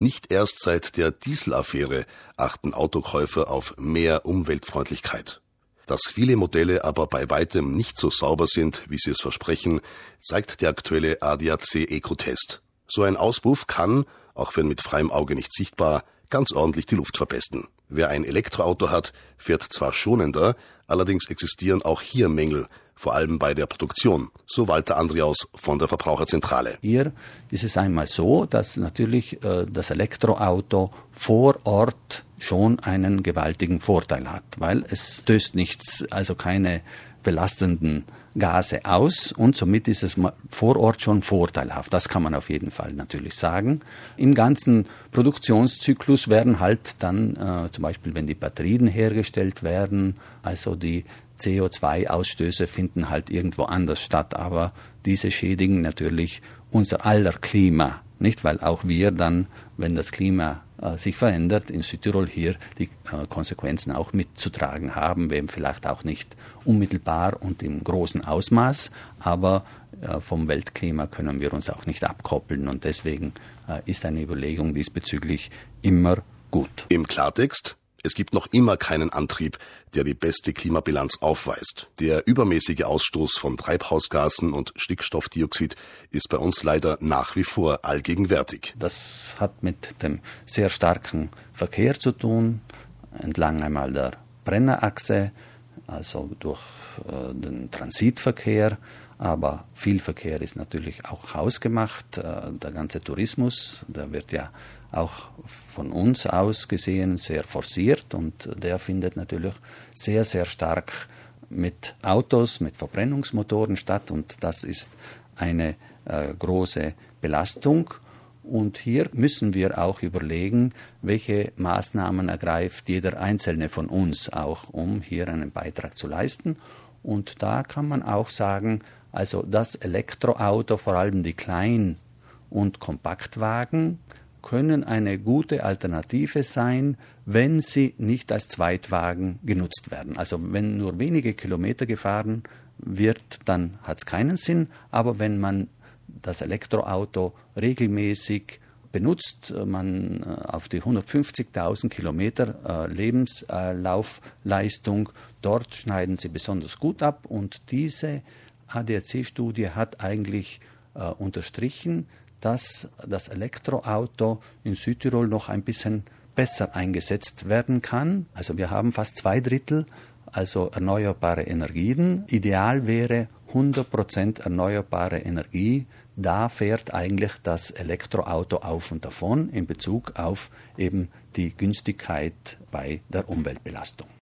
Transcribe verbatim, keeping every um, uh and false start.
Nicht erst seit der Dieselaffäre achten Autokäufer auf mehr Umweltfreundlichkeit. Dass viele Modelle aber bei weitem nicht so sauber sind, wie sie es versprechen, zeigt der aktuelle A D A C-Eco-Test. So ein Auspuff kann, auch wenn mit freiem Auge nicht sichtbar, ganz ordentlich die Luft verpesten. Wer ein Elektroauto hat, fährt zwar schonender, allerdings existieren auch hier Mängel, vor allem bei der Produktion, so Walter Andriaus von der Verbraucherzentrale. Hier ist es einmal so, dass natürlich äh, das Elektroauto vor Ort schon einen gewaltigen Vorteil hat, weil es stößt nichts, also keine belastenden Gase aus und somit ist es vor Ort schon vorteilhaft. Das kann man auf jeden Fall natürlich sagen. Im ganzen Produktionszyklus werden halt dann äh, zum Beispiel, wenn die Batterien hergestellt werden, also die C O zwei Ausstöße finden halt irgendwo anders statt, aber diese schädigen natürlich unser aller Klima, nicht? Weil auch wir dann, wenn das Klima äh, sich verändert, in Südtirol hier die äh, Konsequenzen auch mitzutragen haben, eben vielleicht auch nicht unmittelbar und im großen Ausmaß, aber äh, vom Weltklima können wir uns auch nicht abkoppeln und deswegen äh, ist eine Überlegung diesbezüglich immer gut. Im Klartext: Es gibt noch immer keinen Antrieb, der die beste Klimabilanz aufweist. Der übermäßige Ausstoß von Treibhausgasen und Stickstoffdioxid ist bei uns leider nach wie vor allgegenwärtig. Das hat mit dem sehr starken Verkehr zu tun, entlang einmal der Brennerachse, also durch äh, den Transitverkehr. Aber viel Verkehr ist natürlich auch hausgemacht. Äh, der ganze Tourismus, der wird ja auch von uns aus gesehen sehr forciert und der findet natürlich sehr, sehr stark mit Autos, mit Verbrennungsmotoren statt und das ist eine äh, große Belastung. Und hier müssen wir auch überlegen, welche Maßnahmen ergreift jeder Einzelne von uns auch, um hier einen Beitrag zu leisten. Und da kann man auch sagen, also das Elektroauto, vor allem die Klein- und Kompaktwagen, können eine gute Alternative sein, wenn sie nicht als Zweitwagen genutzt werden. Also wenn nur wenige Kilometer gefahren wird, dann hat es keinen Sinn. Aber wenn man das Elektroauto regelmäßig benutzt, man auf die hundertfünfzigtausend Kilometer äh, Lebenslaufleistung, dort schneiden sie besonders gut ab. Und diese A D A C-Studie hat eigentlich äh, unterstrichen, dass das Elektroauto in Südtirol noch ein bisschen besser eingesetzt werden kann. Also wir haben fast zwei Drittel, also erneuerbare Energien. Ideal wäre hundert Prozent erneuerbare Energie. Da fährt eigentlich das Elektroauto auf und davon in Bezug auf eben die Günstigkeit bei der Umweltbelastung.